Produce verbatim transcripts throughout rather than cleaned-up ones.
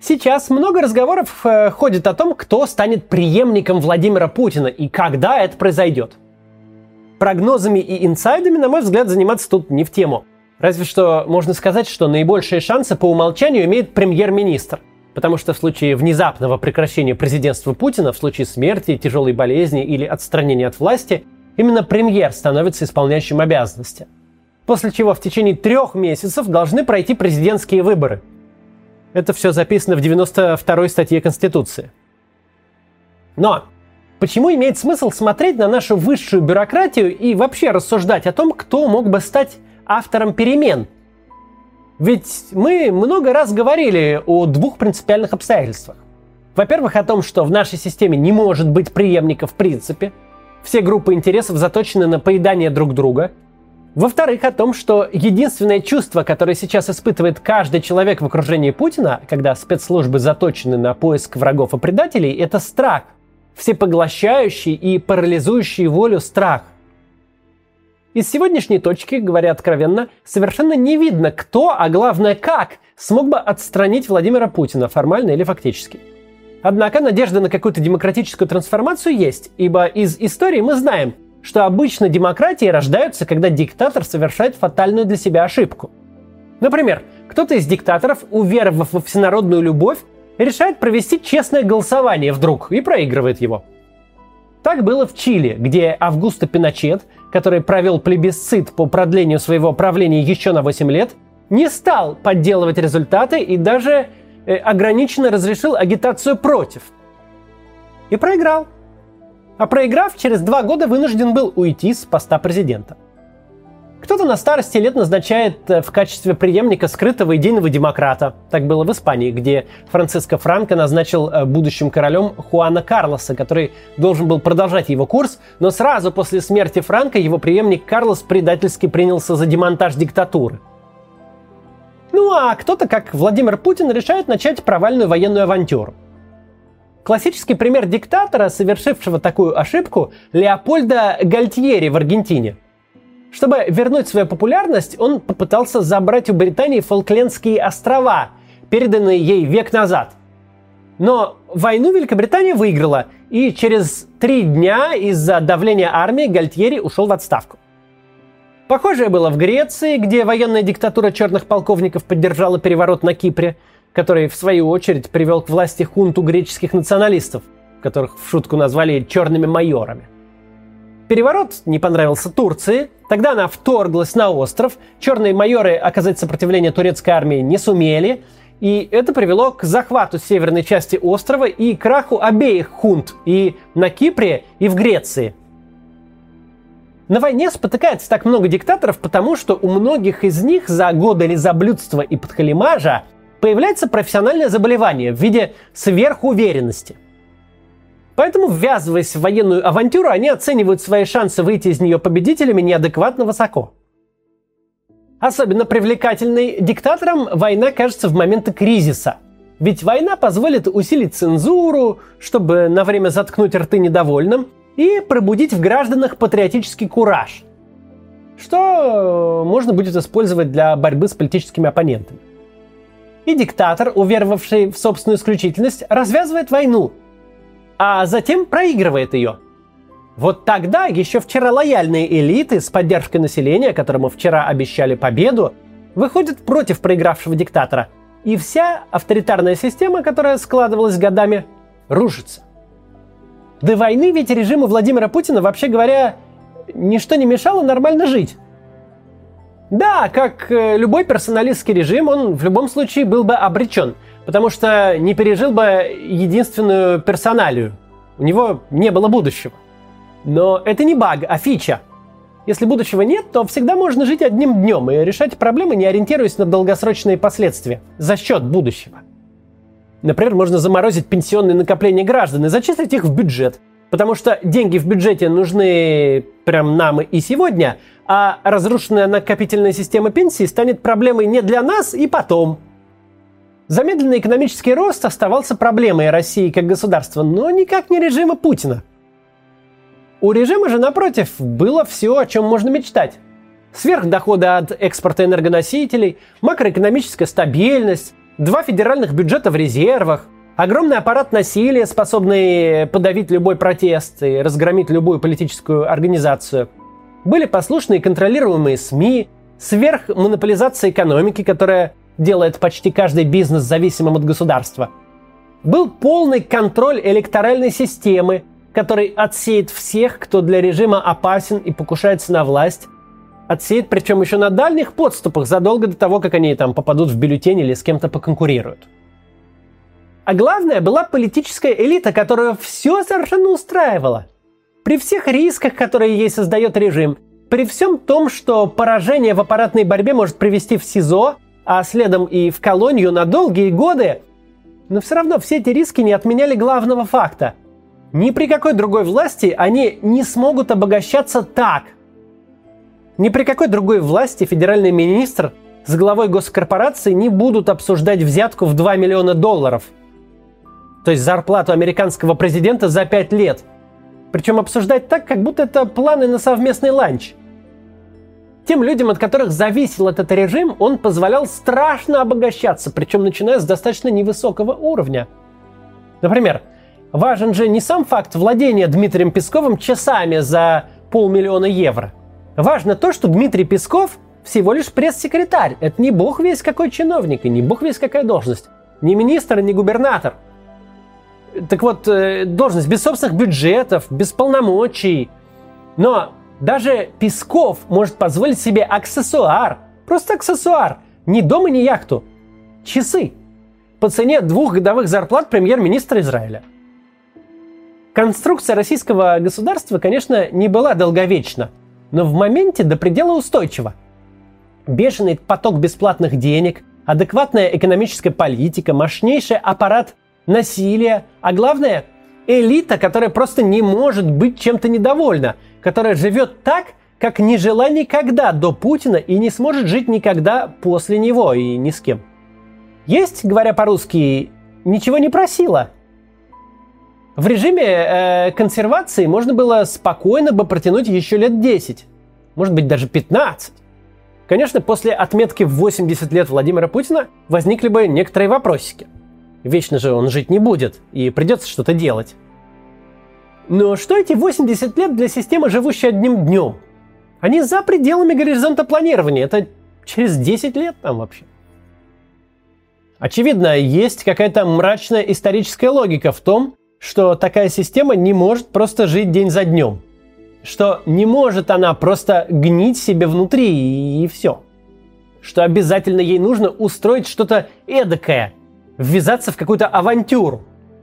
Сейчас много разговоров э, ходит о том, кто станет преемником Владимира Путина и когда это произойдет. Прогнозами и инсайдами, на мой взгляд, заниматься тут не в тему. Разве что можно сказать, что наибольшие шансы по умолчанию имеет премьер-министр. Потому что в случае внезапного прекращения президентства Путина, в случае смерти, тяжелой болезни или отстранения от власти, именно премьер становится исполняющим обязанности. После чего в течение трех месяцев должны пройти президентские выборы. Это все записано в девяносто второй статье Конституции. Но почему имеет смысл смотреть на нашу высшую бюрократию и вообще рассуждать о том, кто мог бы стать автором перемен? Ведь мы много раз говорили о двух принципиальных обстоятельствах. Во-первых, о том, что в нашей системе не может быть преемника в принципе. Все группы интересов заточены на поедание друг друга. Во-вторых, о том, что единственное чувство, которое сейчас испытывает каждый человек в окружении Путина, когда спецслужбы заточены на поиск врагов и предателей, это страх. Всепоглощающий и парализующий волю страх. Из сегодняшней точки, говоря откровенно, совершенно не видно, кто, а главное как, смог бы отстранить Владимира Путина, формально или фактически. Однако надежда на какую-то демократическую трансформацию есть, ибо из истории мы знаем, что обычно демократии рождаются, когда диктатор совершает фатальную для себя ошибку. Например, кто-то из диктаторов, уверовав во всенародную любовь, решает провести честное голосование вдруг и проигрывает его. Так было в Чили, где Августо Пиночет, который провел плебисцит по продлению своего правления еще на восемь лет, не стал подделывать результаты и даже э, ограниченно разрешил агитацию против. И проиграл. А проиграв, через два года вынужден был уйти с поста президента. Кто-то на старости лет назначает в качестве преемника скрытого идейного демократа. Так было в Испании, где Франциско Франко назначил будущим королем Хуана Карлоса, который должен был продолжать его курс, но сразу после смерти Франко его преемник Карлос предательски принялся за демонтаж диктатуры. Ну а кто-то, как Владимир Путин, решает начать провальную военную авантюру. Классический пример диктатора, совершившего такую ошибку, Леопольдо Гальтьери в Аргентине. Чтобы вернуть свою популярность, он попытался забрать у Британии Фолклендские острова, переданные ей век назад. Но войну Великобритания выиграла, и через три дня из-за давления армии Гальтьери ушел в отставку. Похожее было в Греции, где военная диктатура черных полковников поддержала переворот на Кипре, который, в свою очередь, привел к власти хунту греческих националистов, которых в шутку назвали «черными майорами». Переворот не понравился Турции, тогда она вторглась на остров, черные майоры оказать сопротивление турецкой армии не сумели, и это привело к захвату северной части острова и краху обеих хунт, и на Кипре, и в Греции. На войне спотыкается так много диктаторов, потому что у многих из них за годы лизоблюдства и подхалимажа появляется профессиональное заболевание в виде сверхуверенности. Поэтому, ввязываясь в военную авантюру, они оценивают свои шансы выйти из нее победителями неадекватно высоко. Особенно привлекательной диктаторам война кажется в моменты кризиса. Ведь война позволит усилить цензуру, чтобы на время заткнуть рты недовольным, и пробудить в гражданах патриотический кураж, что можно будет использовать для борьбы с политическими оппонентами. И диктатор, уверовавший в собственную исключительность, развязывает войну, а затем проигрывает ее. Вот тогда еще вчера лояльные элиты с поддержкой населения, которому вчера обещали победу, выходят против проигравшего диктатора. И вся авторитарная система, которая складывалась годами, рушится. До войны ведь режиму Владимира Путина, вообще говоря, ничто не мешало нормально жить. Да, как любой персоналистский режим, он в любом случае был бы обречен, потому что не пережил бы единственную персоналию. У него не было будущего. Но это не баг, а фича. Если будущего нет, то всегда можно жить одним днем и решать проблемы, не ориентируясь на долгосрочные последствия, за счет будущего. Например, можно заморозить пенсионные накопления граждан и зачислить их в бюджет, потому что деньги в бюджете нужны прям нам и сегодня, а разрушенная накопительная система пенсии станет проблемой не для нас и потом. Замедленный экономический рост оставался проблемой России как государства, но никак не режима Путина. У режима же, напротив, было все, о чем можно мечтать. Сверхдоходы от экспорта энергоносителей, макроэкономическая стабильность, два федеральных бюджета в резервах, огромный аппарат насилия, способный подавить любой протест и разгромить любую политическую организацию. Были послушные и контролируемые СМИ, сверхмонополизация экономики, которая делает почти каждый бизнес зависимым от государства. Был полный контроль электоральной системы, который отсеет всех, кто для режима опасен и покушается на власть. Отсеет, причем еще на дальних подступах, задолго до того, как они там попадут в бюллетень или с кем-то поконкурируют. А главное, была политическая элита, которая все совершенно устраивала. При всех рисках, которые ей создает режим, при всем том, что поражение в аппаратной борьбе может привести в СИЗО, а следом и в колонию на долгие годы, но все равно все эти риски не отменяли главного факта. Ни при какой другой власти они не смогут обогащаться так. Ни при какой другой власти федеральный министр с главой госкорпорации не будут обсуждать взятку в два миллиона долларов. То есть зарплату американского президента за пять лет. Причем обсуждать так, как будто это планы на совместный ланч. Тем людям, от которых зависел этот режим, он позволял страшно обогащаться, причем начиная с достаточно невысокого уровня. Например, важен же не сам факт владения Дмитрием Песковым часами за полмиллиона евро. Важно то, что Дмитрий Песков всего лишь пресс-секретарь. Это не бог весть какой чиновник и не бог весть какая должность. Ни министр, ни губернатор. Так вот, должность без собственных бюджетов, без полномочий. Но даже Песков может позволить себе аксессуар. Просто аксессуар. Ни дом и ни яхту. Часы. По цене двух годовых зарплат премьер-министра Израиля. Конструкция российского государства, конечно, не была долговечна, но в моменте до предела устойчива. Бешеный поток бесплатных денег, адекватная экономическая политика, мощнейший аппарат насилия, а главное – элита, которая просто не может быть чем-то недовольна, которая живет так, как не жила никогда до Путина и не сможет жить никогда после него и ни с кем. Есть, говоря по-русски, ничего не просила. В режиме э, консервации можно было спокойно бы протянуть еще лет десять, может быть даже пятнадцать. Конечно, после отметки в восемьдесят лет Владимира Путина возникли бы некоторые вопросики. Вечно же он жить не будет, и придется что-то делать. Но что эти восемьдесят лет для системы, живущей одним днем? Они за пределами горизонта планирования, это через десять лет там вообще. Очевидно, есть какая-то мрачная историческая логика в том, что такая система не может просто жить день за днем. Что не может она просто гнить себе внутри и все. Что обязательно ей нужно устроить что-то эдакое, ввязаться в какую-то авантюру.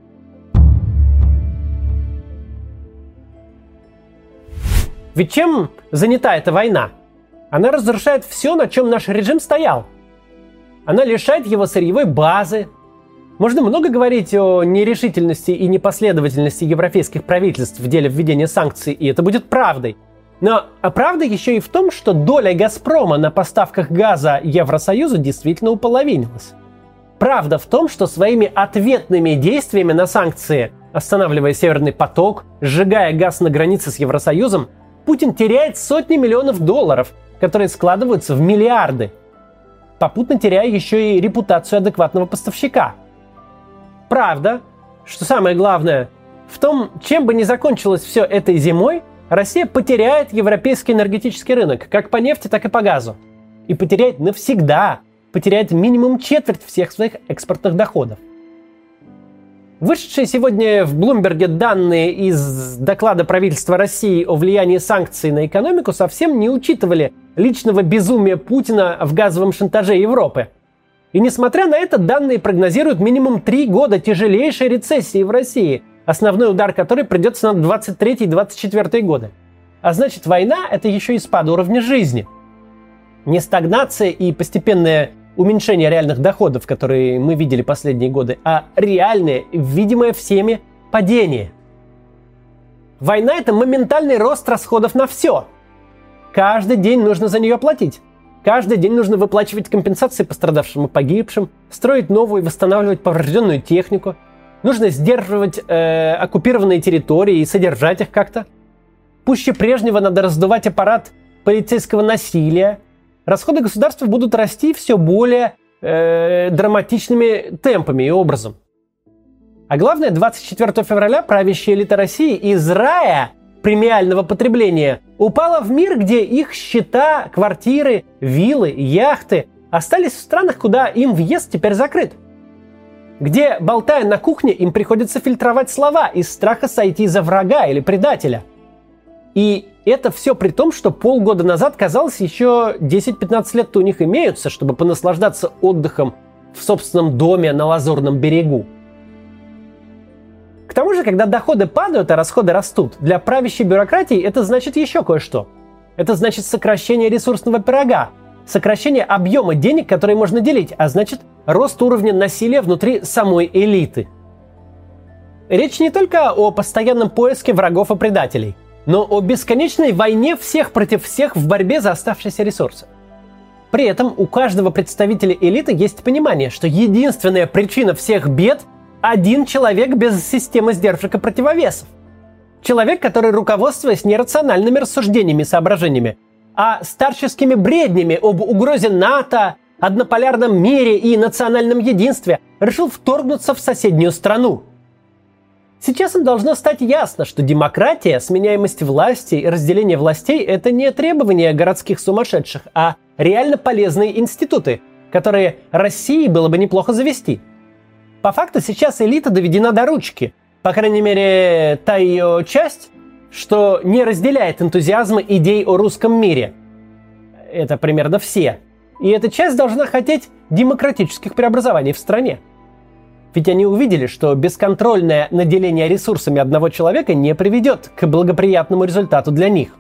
Ведь чем занята эта война? Она разрушает все, на чем наш режим стоял. Она лишает его сырьевой базы. Можно много говорить о нерешительности и непоследовательности европейских правительств в деле введения санкций, и это будет правдой. Но правда еще и в том, что доля «Газпрома» на поставках газа Евросоюзу действительно уполовинилась. Правда в том, что своими ответными действиями на санкции, останавливая «Северный поток», сжигая газ на границе с Евросоюзом, Путин теряет сотни миллионов долларов, которые складываются в миллиарды, попутно теряя еще и репутацию адекватного поставщика. Правда, что самое главное, в том, чем бы ни закончилось все этой зимой, Россия потеряет европейский энергетический рынок, как по нефти, так и по газу. И потеряет навсегда, потеряет минимум четверть всех своих экспортных доходов. Вышедшие сегодня в Блумберге данные из доклада правительства России о влиянии санкций на экономику совсем не учитывали личного безумия Путина в газовом шантаже Европы. И несмотря на это, данные прогнозируют минимум три года тяжелейшей рецессии в России, основной удар которой придется на двадцать третий - двадцать четвёртый годы. А значит, война – это еще и спад уровня жизни. Не стагнация и постепенное уменьшение реальных доходов, которые мы видели последние годы, а реальное, видимое всеми, падение. Война – это моментальный рост расходов на все. Каждый день нужно за нее платить. Каждый день нужно выплачивать компенсации пострадавшим и погибшим, строить новую и восстанавливать поврежденную технику. Нужно сдерживать э, оккупированные территории и содержать их как-то. Пуще прежнего надо раздувать аппарат полицейского насилия. Расходы государства будут расти все более э, драматичными темпами и образом. А главное, двадцать четвёртого февраля правящая элита России из рая премиального потребления упала в мир, где их счета, квартиры, виллы, яхты остались в странах, куда им въезд теперь закрыт. Где, болтая на кухне, им приходится фильтровать слова из страха сойти за врага или предателя. И это все при том, что полгода назад, казалось, еще десять-пятнадцать лет у них имеются, чтобы понаслаждаться отдыхом в собственном доме на Лазурном берегу. К тому же, когда доходы падают, а расходы растут, для правящей бюрократии это значит еще кое-что. Это значит сокращение ресурсного пирога, сокращение объема денег, которые можно делить, а значит рост уровня насилия внутри самой элиты. Речь не только о постоянном поиске врагов и предателей, но о бесконечной войне всех против всех в борьбе за оставшиеся ресурсы. При этом у каждого представителя элиты есть понимание, что единственная причина всех бед – один человек без системы сдержек и противовесов. Человек, который, руководствуясь не рациональными рассуждениями и соображениями, а старческими бреднями об угрозе НАТО, однополярном мире и национальном единстве, решил вторгнуться в соседнюю страну. Сейчас им должно стать ясно, что демократия, сменяемость власти и разделение властей – это не требования городских сумасшедших, а реально полезные институты, которые России было бы неплохо завести. По факту сейчас элита доведена до ручки, по крайней мере, та ее часть, что не разделяет энтузиазмы идей о русском мире. Это примерно все. И эта часть должна хотеть демократических преобразований в стране. Ведь они увидели, что бесконтрольное наделение ресурсами одного человека не приведет к благоприятному результату для них.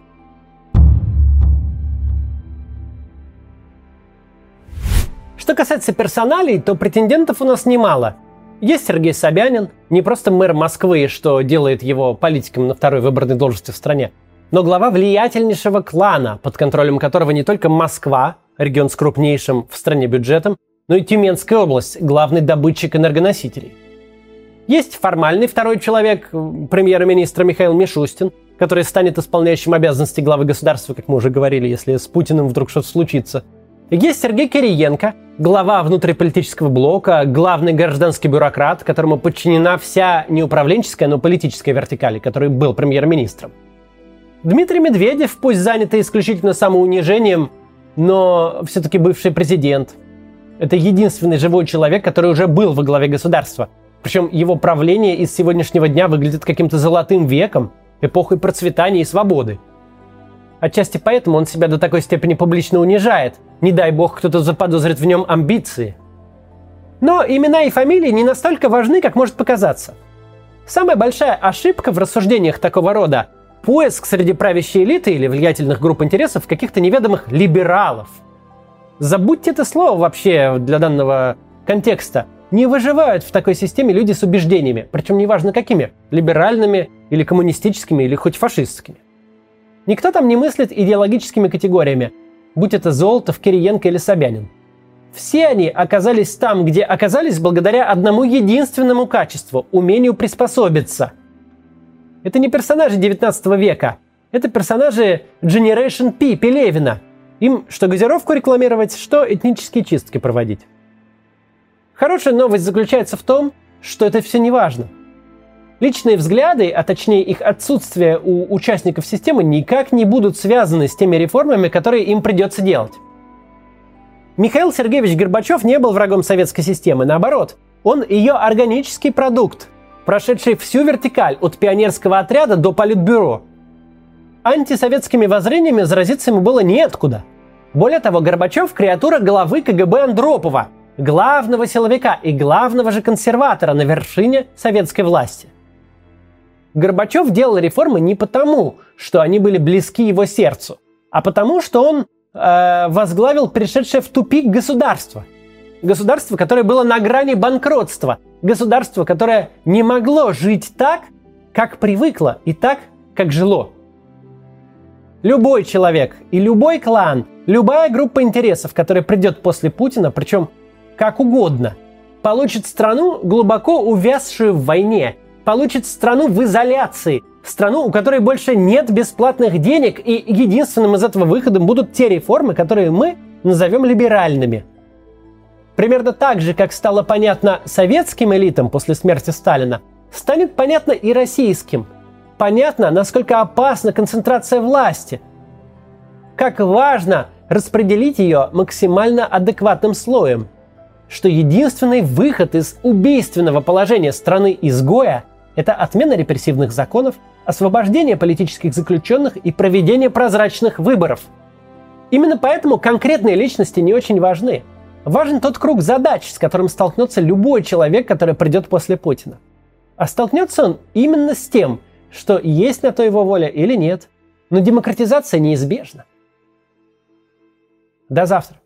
Что касается персоналей, то претендентов у нас немало. Есть Сергей Собянин, не просто мэр Москвы, что делает его политиком на второй выборной должности в стране, но глава влиятельнейшего клана, под контролем которого не только Москва, регион с крупнейшим в стране бюджетом, но и Тюменская область, главный добытчик энергоносителей. Есть формальный второй человек, премьер-министр Михаил Мишустин, который станет исполняющим обязанности главы государства, как мы уже говорили, если с Путиным вдруг что-то случится. Есть Сергей Кириенко, глава внутриполитического блока, главный гражданский бюрократ, которому подчинена вся не управленческая, но политическая вертикаль, который был премьер-министром. Дмитрий Медведев, пусть занятый исключительно самоунижением, но все-таки бывший президент. Это единственный живой человек, который уже был во главе государства. Причем его правление из сегодняшнего дня выглядит каким-то золотым веком, эпохой процветания и свободы. Отчасти поэтому он себя до такой степени публично унижает. Не дай бог, кто-то заподозрит в нем амбиции. Но имена и фамилии не настолько важны, как может показаться. Самая большая ошибка в рассуждениях такого рода – поиск среди правящей элиты или влиятельных групп интересов каких-то неведомых либералов. Забудьте это слово вообще для данного контекста. Не выживают в такой системе люди с убеждениями, причем неважно какими – либеральными или коммунистическими или хоть фашистскими. Никто там не мыслит идеологическими категориями, будь это Золотов, Кириенко или Собянин. Все они оказались там, где оказались благодаря одному единственному качеству – умению приспособиться. Это не персонажи девятнадцатого века, это персонажи Generation P Пелевина. Им что газировку рекламировать, что этнические чистки проводить. Хорошая новость заключается в том, что это все не важно. Личные взгляды, а точнее их отсутствие у участников системы, никак не будут связаны с теми реформами, которые им придется делать. Михаил Сергеевич Горбачев не был врагом советской системы, наоборот, он ее органический продукт, прошедший всю вертикаль от пионерского отряда до политбюро. Антисоветскими воззрениями заразиться ему было неоткуда. Более того, Горбачев – креатура главы ка гэ бэ Андропова, главного силовика и главного же консерватора на вершине советской власти. Горбачев делал реформы не потому, что они были близки его сердцу, а потому, что он э, возглавил пришедшее в тупик государство. Государство, которое было на грани банкротства. Государство, которое не могло жить так, как привыкло, и так, как жило. Любой человек и любой клан, любая группа интересов, которая придет после Путина, причем как угодно, получит страну, глубоко увязшую в войне, получит страну в изоляции, страну, у которой больше нет бесплатных денег, и единственным из этого выходом будут те реформы, которые мы назовем либеральными. Примерно так же, как стало понятно советским элитам после смерти Сталина, станет понятно и российским. Понятно, насколько опасна концентрация власти, как важно распределить ее максимально адекватным слоем, что единственный выход из убийственного положения страны-изгоя – это отмена репрессивных законов, освобождение политических заключенных и проведение прозрачных выборов. Именно поэтому конкретные личности не очень важны. Важен тот круг задач, с которым столкнется любой человек, который придет после Путина. А столкнется он именно с тем, что есть на то его воля или нет. Но демократизация неизбежна. До завтра.